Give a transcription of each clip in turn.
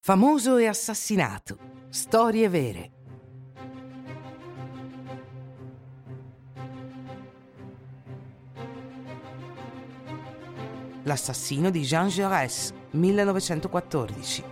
Famoso e assassinato. Storie vere. L'assassino di Jean Jaurès, 1914.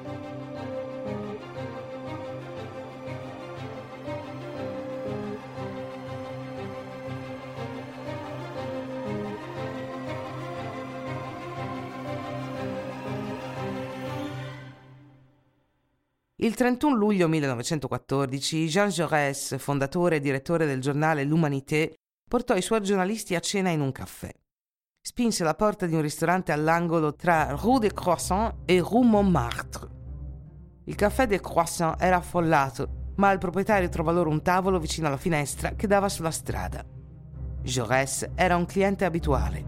Il 31 luglio 1914 Jean Jaurès, fondatore e direttore del giornale L'Humanité, portò i suoi giornalisti a cena in un caffè. Spinse la porta di un ristorante all'angolo tra Rue des Croissants e Rue Montmartre. Il caffè des Croissants era affollato, ma il proprietario trovò loro un tavolo vicino alla finestra che dava sulla strada. Jaurès era un cliente abituale.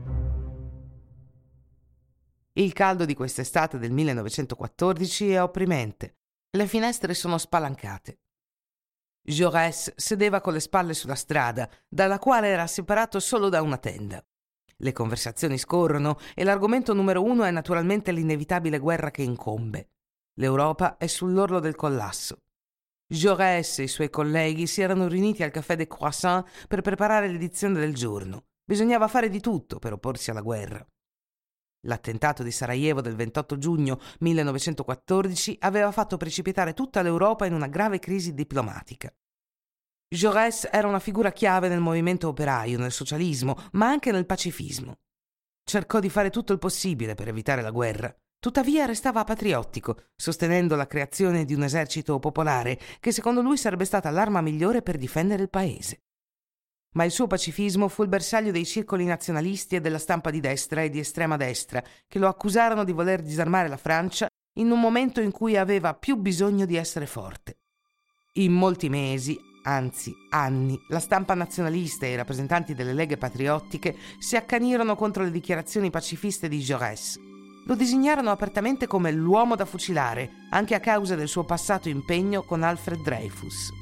Il caldo di quest'estate del 1914 è opprimente. Le finestre sono spalancate. Jaurès sedeva con le spalle sulla strada, dalla quale era separato solo da una tenda. Le conversazioni scorrono e l'argomento numero uno è naturalmente l'inevitabile guerra che incombe. L'Europa è sull'orlo del collasso. Jaurès e i suoi colleghi si erano riuniti al Café des Croissants per preparare l'edizione del giorno. Bisognava fare di tutto per opporsi alla guerra. L'attentato di Sarajevo del 28 giugno 1914 aveva fatto precipitare tutta l'Europa in una grave crisi diplomatica. Jaurès era una figura chiave nel movimento operaio, nel socialismo, ma anche nel pacifismo. Cercò di fare tutto il possibile per evitare la guerra. Tuttavia restava patriottico, sostenendo la creazione di un esercito popolare che secondo lui sarebbe stata l'arma migliore per difendere il paese. Ma il suo pacifismo fu il bersaglio dei circoli nazionalisti e della stampa di destra e di estrema destra, che lo accusarono di voler disarmare la Francia in un momento in cui aveva più bisogno di essere forte. In molti mesi, anzi anni, la stampa nazionalista e i rappresentanti delle leghe patriottiche si accanirono contro le dichiarazioni pacifiste di Jaurès. Lo designarono apertamente come l'uomo da fucilare, anche a causa del suo passato impegno con Alfred Dreyfus.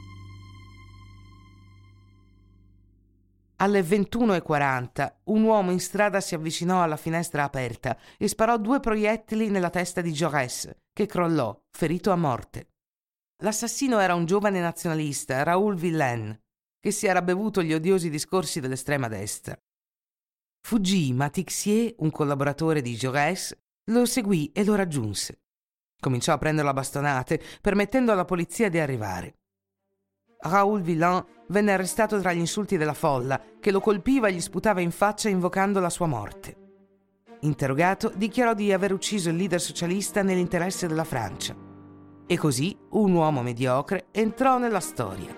Alle 21:40 un uomo in strada si avvicinò alla finestra aperta e sparò 2 proiettili nella testa di Jaurès, che crollò, ferito a morte. L'assassino era un giovane nazionalista, Raoul Villaine, che si era bevuto gli odiosi discorsi dell'estrema destra. Fuggì, ma Tixier, un collaboratore di Jaurès, lo seguì e lo raggiunse. Cominciò a prenderlo a bastonate, permettendo alla polizia di arrivare. Raoul Villain venne arrestato tra gli insulti della folla, che lo colpiva e gli sputava in faccia invocando la sua morte. Interrogato, dichiarò di aver ucciso il leader socialista nell'interesse della Francia. E così un uomo mediocre entrò nella storia.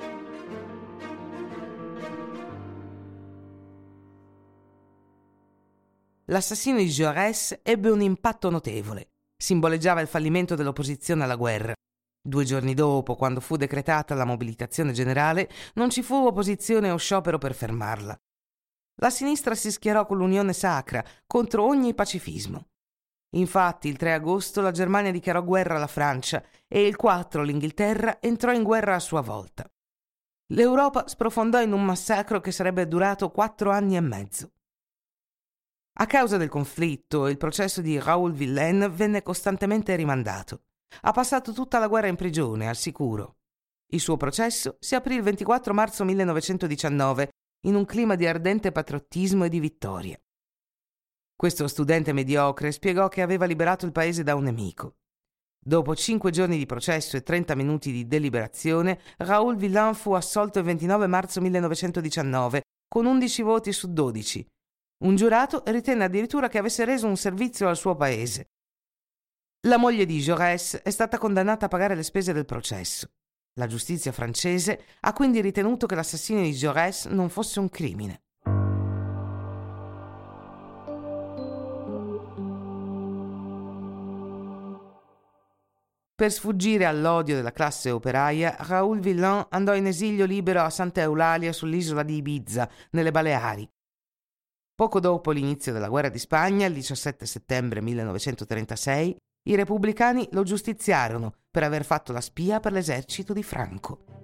L'assassino di Jaurès ebbe un impatto notevole. Simboleggiava il fallimento dell'opposizione alla guerra. 2 giorni dopo, quando fu decretata la mobilitazione generale, non ci fu opposizione o sciopero per fermarla. La sinistra si schierò con l'Unione Sacra contro ogni pacifismo. Infatti, il 3 agosto la Germania dichiarò guerra alla Francia e il 4 l'Inghilterra entrò in guerra a sua volta. L'Europa sprofondò in un massacro che sarebbe durato 4 anni e mezzo. A causa del conflitto, il processo di Raoul Villaine venne costantemente rimandato. Ha passato tutta la guerra in prigione, al sicuro. Il suo processo si aprì il 24 marzo 1919 in un clima di ardente patriottismo e di vittoria. Questo studente mediocre spiegò che aveva liberato il paese da un nemico. Dopo 5 giorni di processo e 30 minuti di deliberazione, Raoul Villain fu assolto il 29 marzo 1919 con 11 voti su 12. Un giurato ritenne addirittura che avesse reso un servizio al suo paese. La moglie di Jaurès è stata condannata a pagare le spese del processo. La giustizia francese ha quindi ritenuto che l'assassinio di Jaurès non fosse un crimine. Per sfuggire all'odio della classe operaia, Raoul Villain andò in esilio libero a Santa Eulalia sull'isola di Ibiza, nelle Baleari. Poco dopo l'inizio della guerra di Spagna, il 17 settembre 1936, i repubblicani lo giustiziarono per aver fatto la spia per l'esercito di Franco.